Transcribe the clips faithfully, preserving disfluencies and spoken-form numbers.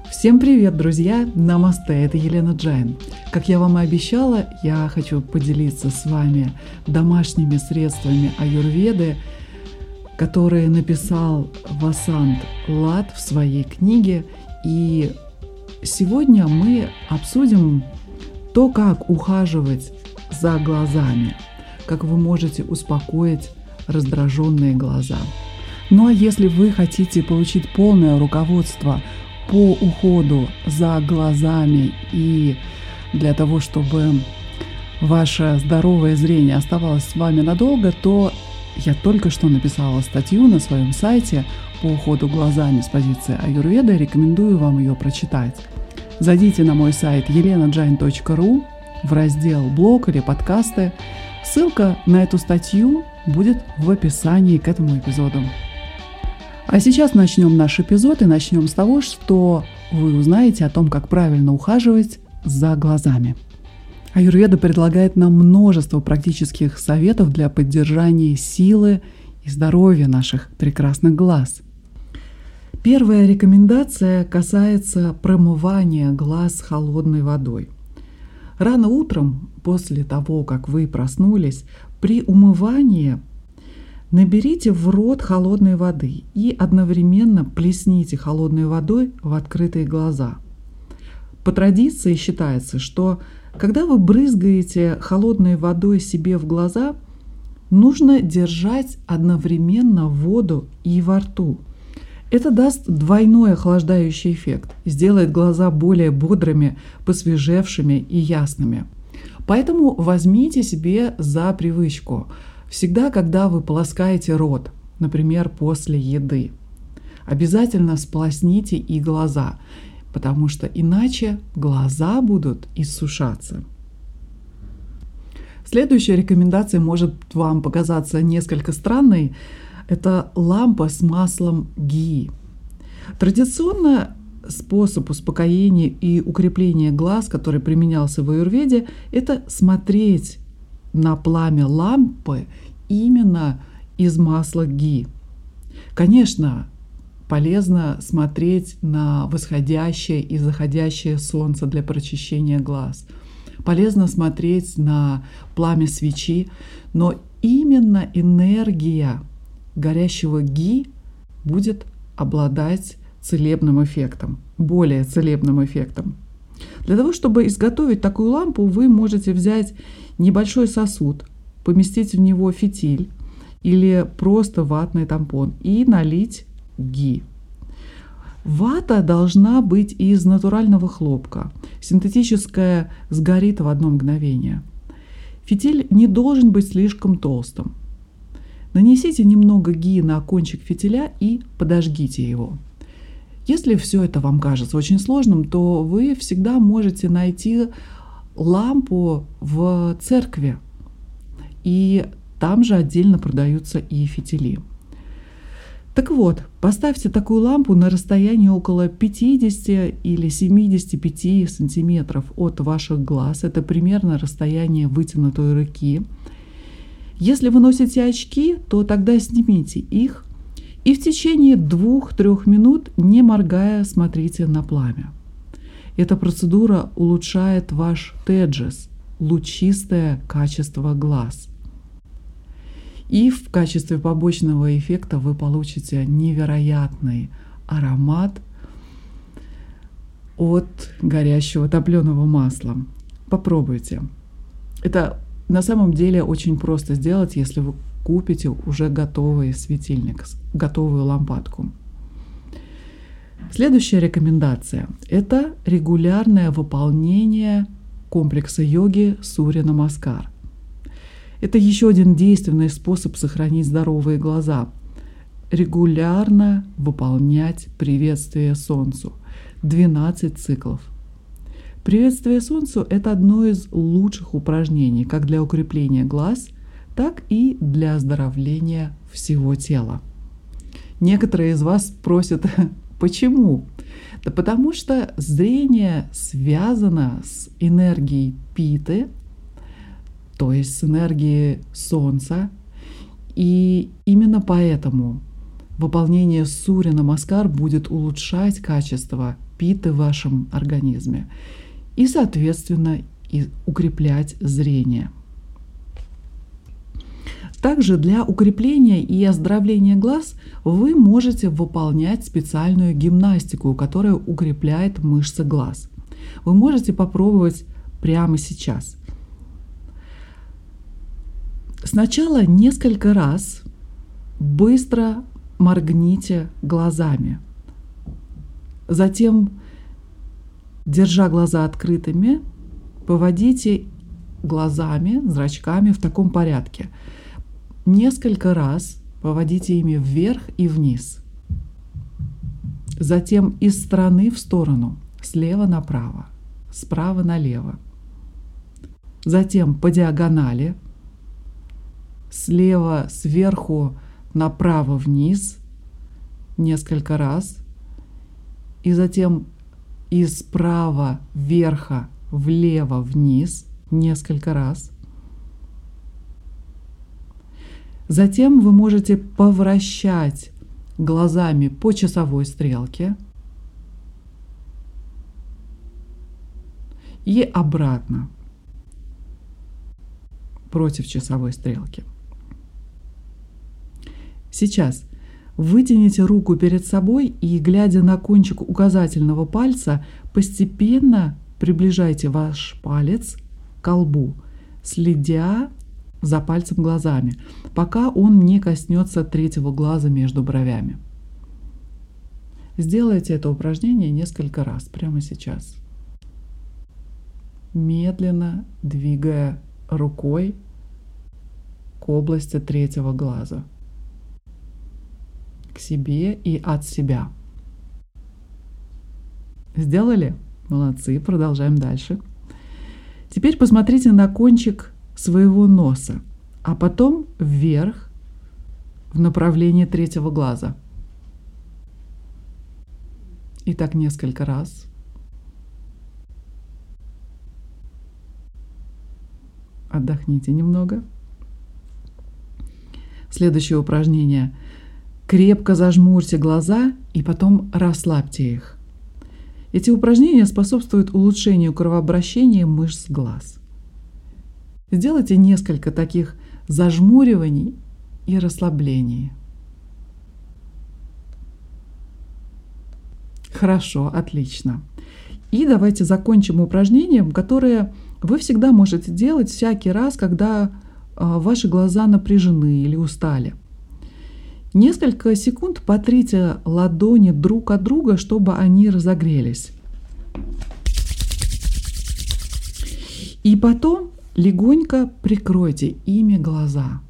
Всем привет, друзья! Намасте, это Елена Джайн. Как я вам и обещала, я хочу поделиться с вами домашними средствами аюрведы, которые написал Васант Лад в своей книге. И сегодня мы обсудим то, как ухаживать за глазами, как вы можете успокоить раздраженные глаза. Ну а если вы хотите получить полное руководство по уходу за глазами и для того, чтобы ваше здоровое зрение оставалось с вами надолго, то я только что написала статью на своем сайте по уходу глазами с позиции аюрведы. Рекомендую вам ее прочитать. Зайдите на мой сайт елена джайн точка ру в раздел «Блог» или «Подкасты». Ссылка на эту статью будет в описании к этому эпизоду. А сейчас начнем наш эпизод и начнем с того, что вы узнаете о том, как правильно ухаживать за глазами. Аюрведа предлагает нам множество практических советов для поддержания силы и здоровья наших прекрасных глаз. Первая рекомендация касается промывания глаз холодной водой. Рано утром, после того, как вы проснулись, при умывании наберите в рот холодной воды и одновременно плесните холодной водой в открытые глаза. По традиции считается, что когда вы брызгаете холодной водой себе в глаза, нужно держать одновременно воду и во рту. Это даст двойной охлаждающий эффект, сделает глаза более бодрыми, посвежевшими и ясными. Поэтому возьмите себе за привычку всегда, когда вы полоскаете рот, например, после еды, обязательно сполосните и глаза, потому что иначе глаза будут иссушаться. Следующая рекомендация может вам показаться несколько странной. Это лампа с маслом ги. Традиционно способ успокоения и укрепления глаз, который применялся в аюрведе, это смотреть на пламя лампы именно из масла ги. Конечно, полезно смотреть на восходящее и заходящее солнце для прочищения глаз. Полезно смотреть на пламя свечи, но именно энергия горящего ги будет обладать целебным эффектом, более целебным эффектом. Для того, чтобы изготовить такую лампу, вы можете взять небольшой сосуд, поместить в него фитиль или просто ватный тампон и налить ги. Вата должна быть из натурального хлопка. Синтетическая сгорит в одно мгновение. Фитиль не должен быть слишком толстым. Нанесите немного ги на кончик фитиля и подожгите его. Если все это вам кажется очень сложным, то вы всегда можете найти лампу в церкви, и там же отдельно продаются и фитили. Так вот, поставьте такую лампу на расстоянии около пятьдесят или семьдесят пять сантиметров от ваших глаз. Это примерно расстояние вытянутой руки. Если вы носите очки, то тогда снимите их и в течение двух-трех минут, не моргая, смотрите на пламя. Эта процедура улучшает ваш теджес, лучистое качество глаз. И в качестве побочного эффекта вы получите невероятный аромат от горящего топленого масла. Попробуйте. Это на самом деле очень просто сделать, если вы купите уже готовый светильник, готовую лампадку. Следующая рекомендация – это регулярное выполнение комплекса йоги Сурья Намаскар. Это еще один действенный способ сохранить здоровые глаза. Регулярно выполнять приветствие Солнцу. двенадцать циклов. Приветствие Солнцу – это одно из лучших упражнений как для укрепления глаз, так и для оздоровления всего тела. Некоторые из вас спросят, почему? Да потому что зрение связано с энергией питы, то есть с энергией Солнца, и именно поэтому выполнение Сурья Намаскар будет улучшать качество питы в вашем организме. И, соответственно, и укреплять зрение. Также для укрепления и оздоровления глаз вы можете выполнять специальную гимнастику, которая укрепляет мышцы глаз. Вы можете попробовать прямо сейчас. Сначала несколько раз быстро моргните глазами. Затем, держа глаза открытыми, поводите глазами, зрачками в таком порядке. Несколько раз поводите ими вверх и вниз. Затем из стороны в сторону, слева направо, справа налево. Затем по диагонали, слева сверху направо вниз, несколько раз. И затем из справа вверха влево вниз, несколько раз. Затем вы можете повращать глазами по часовой стрелке и обратно против часовой стрелки. Сейчас вытяните руку перед собой и, глядя на кончик указательного пальца, постепенно приближайте ваш палец к колбу, следя за пальцем глазами, пока он не коснется третьего глаза между бровями. Сделайте это упражнение несколько раз прямо сейчас, медленно двигая рукой к области третьего глаза, к себе и от себя. Сделали? Молодцы, продолжаем дальше. Теперь посмотрите на кончик своего носа, а потом вверх в направлении третьего глаза. И так несколько раз. Отдохните немного. Следующее упражнение. Крепко зажмурьте глаза и потом расслабьте их. Эти упражнения способствуют улучшению кровообращения мышц глаз. Сделайте несколько таких зажмуриваний и расслаблений. Хорошо, отлично. И давайте закончим упражнением, которое вы всегда можете делать всякий раз, когда ваши глаза напряжены или устали. Несколько секунд потрите ладони друг от друга, чтобы они разогрелись. И потом легонько прикройте ими глаза.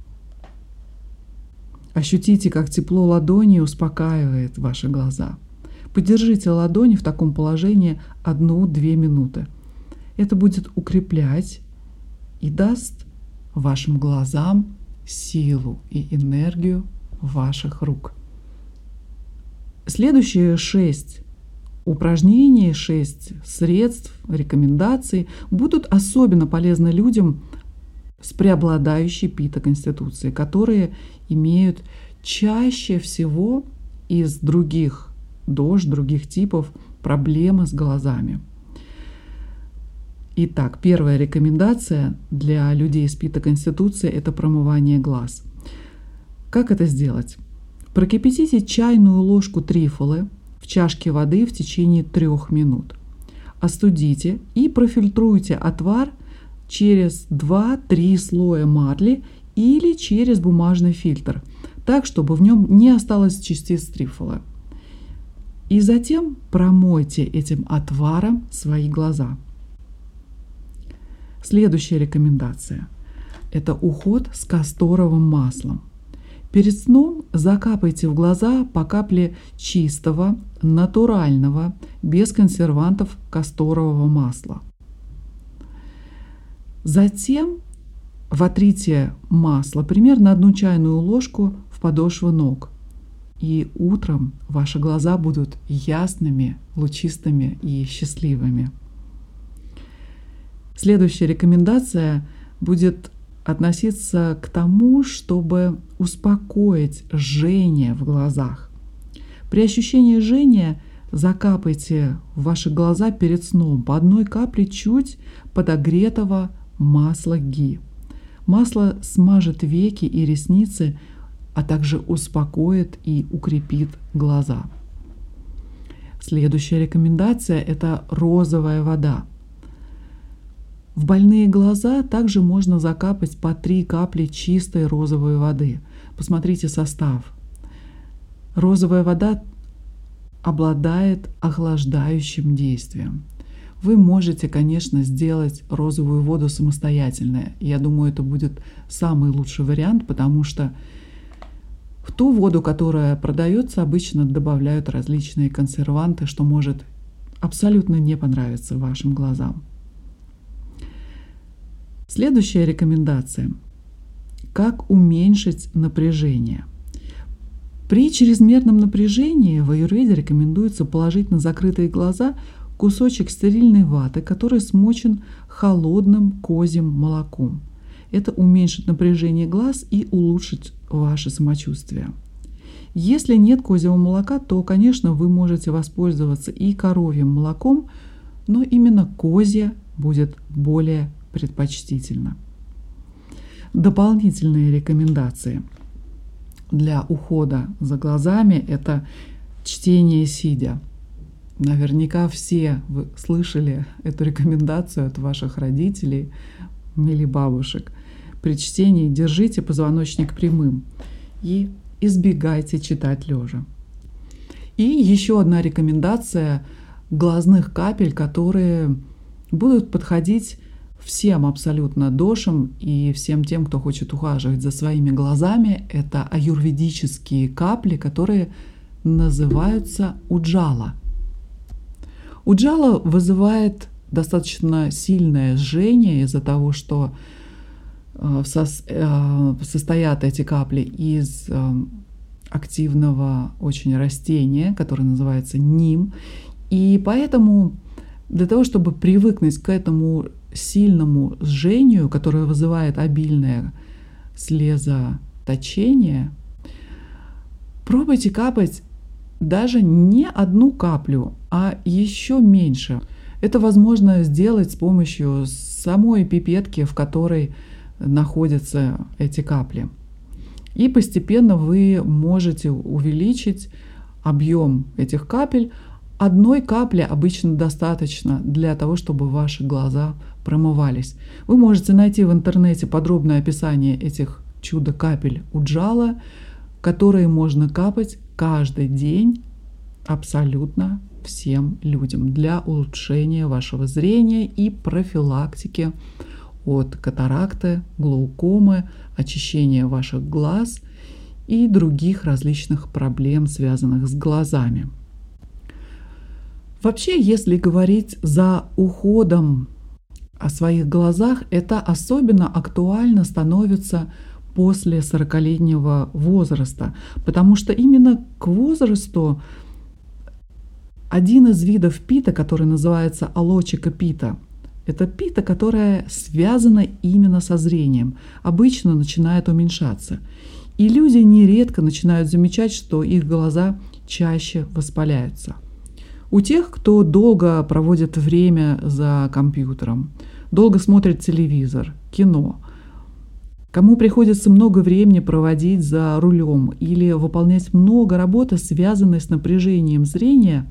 Ощутите, как тепло ладони успокаивает ваши глаза. Подержите ладони в таком положении одну-две минуты. Это будет укреплять и даст вашим глазам силу и энергию ваших рук. Следующие шесть упражнений, шесть средств, рекомендаций будут особенно полезны людям с преобладающей пита-конституцией, которые имеют чаще всего из других дож, других типов проблемы с глазами. Итак, первая рекомендация для людей с пита-конституцией – это промывание глаз. Как это сделать? Прокипятите чайную ложку трифолы в чашке воды в течение трех минут. Остудите и профильтруйте отвар через два-три слоя марли или через бумажный фильтр, так, чтобы в нем не осталось частиц трифолы. И затем промойте этим отваром свои глаза. Следующая рекомендация – это уход с касторовым маслом. Перед сном закапайте в глаза по капле чистого, натурального, без консервантов касторового масла. Затем вотрите масло примерно одну чайную ложку в подошвы ног. И утром ваши глаза будут ясными, лучистыми и счастливыми. Следующая рекомендация будет относиться к тому, чтобы успокоить жжение в глазах. При ощущении жжения закапайте в ваши глаза перед сном по одной капле чуть подогретого масла ги. Масло смажет веки и ресницы, а также успокоит и укрепит глаза. Следующая рекомендация – это розовая вода. В больные глаза также можно закапать по три капли чистой розовой воды. Посмотрите состав. Розовая вода обладает охлаждающим действием. Вы можете, конечно, сделать розовую воду самостоятельно. Я думаю, это будет самый лучший вариант, потому что в ту воду, которая продается, обычно добавляют различные консерванты, что может абсолютно не понравиться вашим глазам. Следующая рекомендация. Как уменьшить напряжение? При чрезмерном напряжении в аюрведе рекомендуется положить на закрытые глаза кусочек стерильной ваты, который смочен холодным козьим молоком. Это уменьшит напряжение глаз и улучшит ваше самочувствие. Если нет козьего молока, то, конечно, вы можете воспользоваться и коровьим молоком, но именно козье будет более предпочтительно. Дополнительные рекомендации для ухода за глазами – это чтение сидя. Наверняка все вы слышали эту рекомендацию от ваших родителей или бабушек. При чтении держите позвоночник прямым и избегайте читать лежа. И еще одна рекомендация глазных капель, которые будут подходить всем абсолютно дошам и всем тем, кто хочет ухаживать за своими глазами. Это аюрведические капли, которые называются уджала. Уджала вызывает достаточно сильное жжение из-за того, что состоят эти капли из активного очень растения, которое называется ним. И поэтому для того, чтобы привыкнуть к этому сильному жжению, которое вызывает обильное слезоточение, пробуйте капать даже не одну каплю, а еще меньше. Это возможно сделать с помощью самой пипетки, в которой находятся эти капли. И постепенно вы можете увеличить объем этих капель. Одной капли обычно достаточно для того, чтобы ваши глаза промывались. Вы можете найти в интернете подробное описание этих чудо-капель уджала, которые можно капать каждый день абсолютно всем людям для улучшения вашего зрения и профилактики от катаракты, глаукомы, очищения ваших глаз и других различных проблем, связанных с глазами. Вообще, если говорить за уходом о своих глазах, это особенно актуально становится после сорокалетнего возраста, потому что именно к возрасту один из видов пита, который называется алочика пита, это пита, которая связана именно со зрением, обычно начинает уменьшаться. И люди нередко начинают замечать, что их глаза чаще воспаляются. У тех, кто долго проводит время за компьютером, долго смотрит телевизор, кино, кому приходится много времени проводить за рулем или выполнять много работы, связанной с напряжением зрения,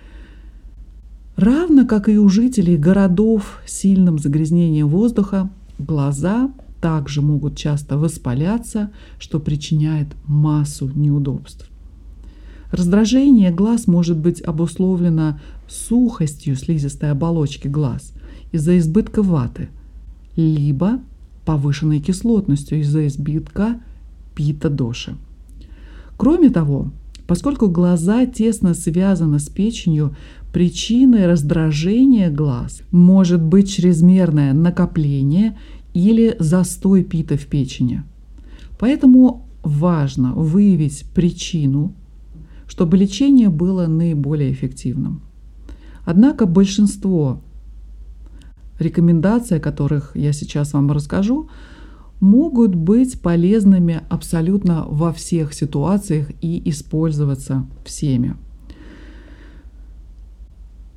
равно как и у жителей городов с сильным загрязнением воздуха, глаза также могут часто воспаляться, что причиняет массу неудобств. Раздражение глаз может быть обусловлено сухостью слизистой оболочки глаз из-за избытка ваты, либо повышенной кислотностью из-за избытка пита-доши. Кроме того, поскольку глаза тесно связаны с печенью, причиной раздражения глаз может быть чрезмерное накопление или застой пита в печени. Поэтому важно выявить причину, чтобы лечение было наиболее эффективным. Однако большинство рекомендаций, о которых я сейчас вам расскажу, могут быть полезными абсолютно во всех ситуациях и использоваться всеми.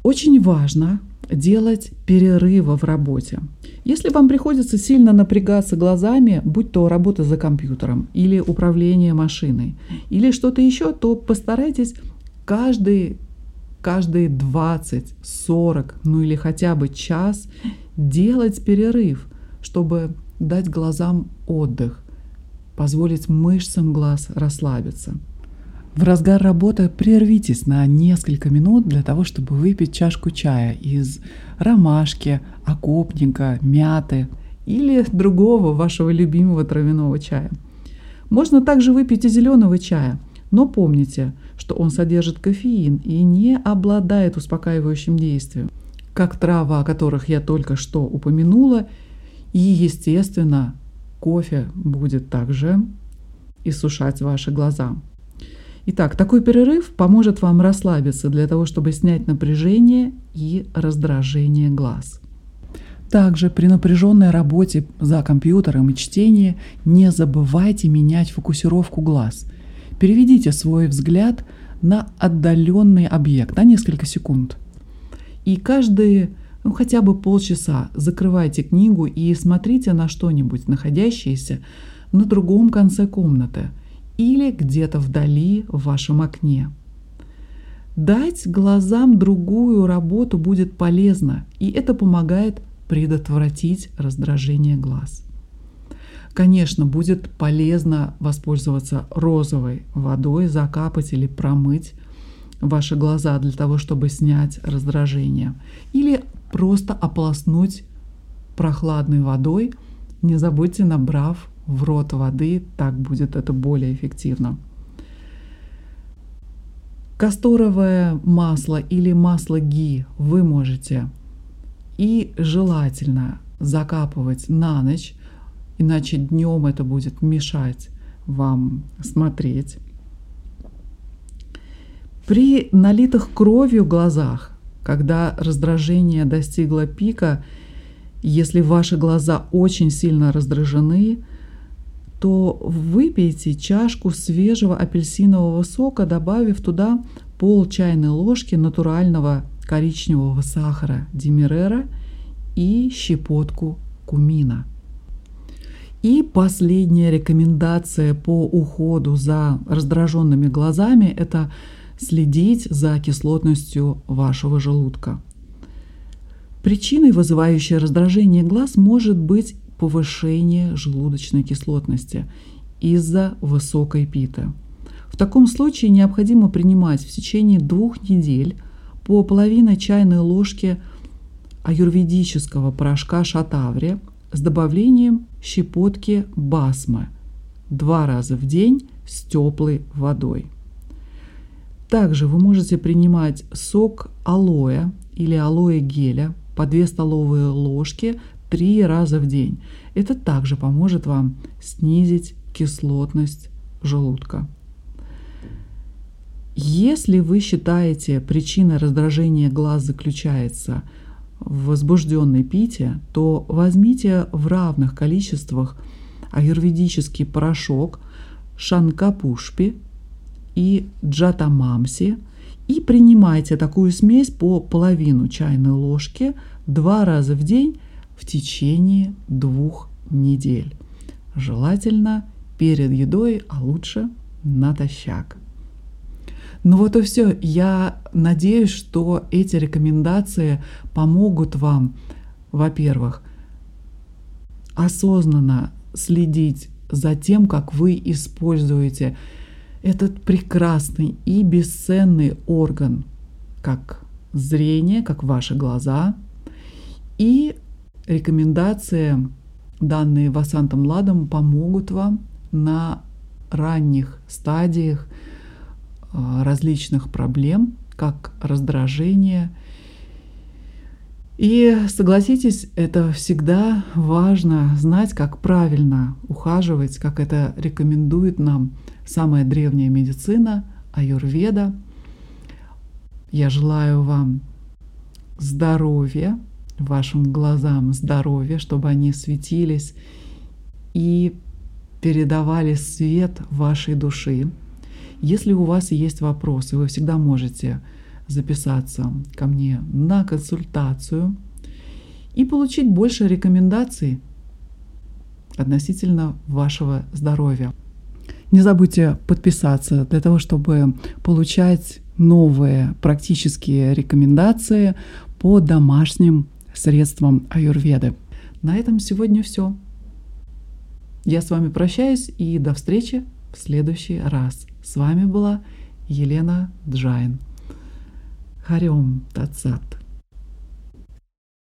Очень важно делать перерывы в работе. Если вам приходится сильно напрягаться глазами, будь то работа за компьютером или управление машиной, или что-то еще, то постарайтесь каждый, каждые двадцать, сорок, ну или хотя бы час делать перерыв, чтобы дать глазам отдых, позволить мышцам глаз расслабиться. В разгар работы прервитесь на несколько минут для того, чтобы выпить чашку чая из ромашки, окопника, мяты или другого вашего любимого травяного чая. Можно также выпить и зеленого чая, но помните, что он содержит кофеин и не обладает успокаивающим действием, как травы, о которых я только что упомянула, и, естественно, кофе будет также иссушать ваши глаза. Итак, такой перерыв поможет вам расслабиться для того, чтобы снять напряжение и раздражение глаз. Также при напряженной работе за компьютером и чтении не забывайте менять фокусировку глаз. Переведите свой взгляд на отдаленный объект на несколько секунд. И каждые, ну, хотя бы полчаса закрывайте книгу и смотрите на что-нибудь, находящееся на другом конце комнаты или где-то вдали в вашем окне. Дать глазам другую работу будет полезно, и это помогает предотвратить раздражение глаз. Конечно, будет полезно воспользоваться розовой водой, закапать или промыть ваши глаза для того, чтобы снять раздражение. Или просто ополоснуть прохладной водой, не забудьте, набрав в рот воды, так будет это более эффективно. Касторовое масло или масло ги вы можете и желательно закапывать на ночь, иначе днем это будет мешать вам смотреть. При налитых кровью глазах, когда раздражение достигло пика, если ваши глаза очень сильно раздражены, то выпейте чашку свежего апельсинового сока, добавив туда пол чайной ложки натурального коричневого сахара демерера и щепотку кумина. И последняя рекомендация по уходу за раздраженными глазами – это следить за кислотностью вашего желудка. Причиной, вызывающей раздражение глаз, может быть повышение желудочной кислотности из-за высокой питы. В таком случае необходимо принимать в течение двух недель по половиной чайной ложки аюрведического порошка шатаври с добавлением щепотки басмы два раза в день с теплой водой. Также вы можете принимать сок алоэ или алоэ геля по две столовые ложки три раза в день. Это также поможет вам снизить кислотность желудка. Если вы считаете, причиной раздражения глаз заключается в возбужденной пите, то возьмите в равных количествах аюрведический порошок шанкапушпи и джатамамси и принимайте такую смесь по половину чайной ложки два раза в день в течение двух недель. Желательно перед едой, а лучше натощак. Ну вот и все. Я надеюсь, что эти рекомендации помогут вам, во-первых, осознанно следить за тем, как вы используете этот прекрасный и бесценный орган, как зрение, как ваши глаза, и рекомендации, данные Васантом Ладом, помогут вам на ранних стадиях различных проблем, как раздражение. И согласитесь, это всегда важно знать, как правильно ухаживать, как это рекомендует нам самая древняя медицина, аюрведа. Я желаю вам здоровья, вашим глазам здоровья, чтобы они светились и передавали свет вашей души. Если у вас есть вопросы, вы всегда можете записаться ко мне на консультацию и получить больше рекомендаций относительно вашего здоровья. Не забудьте подписаться для того, чтобы получать новые практические рекомендации по домашним средствам аюрведы. На этом сегодня все. Я с вами прощаюсь и до встречи в следующий раз. С вами была Елена Джайн. Хари Ом Тат Сат.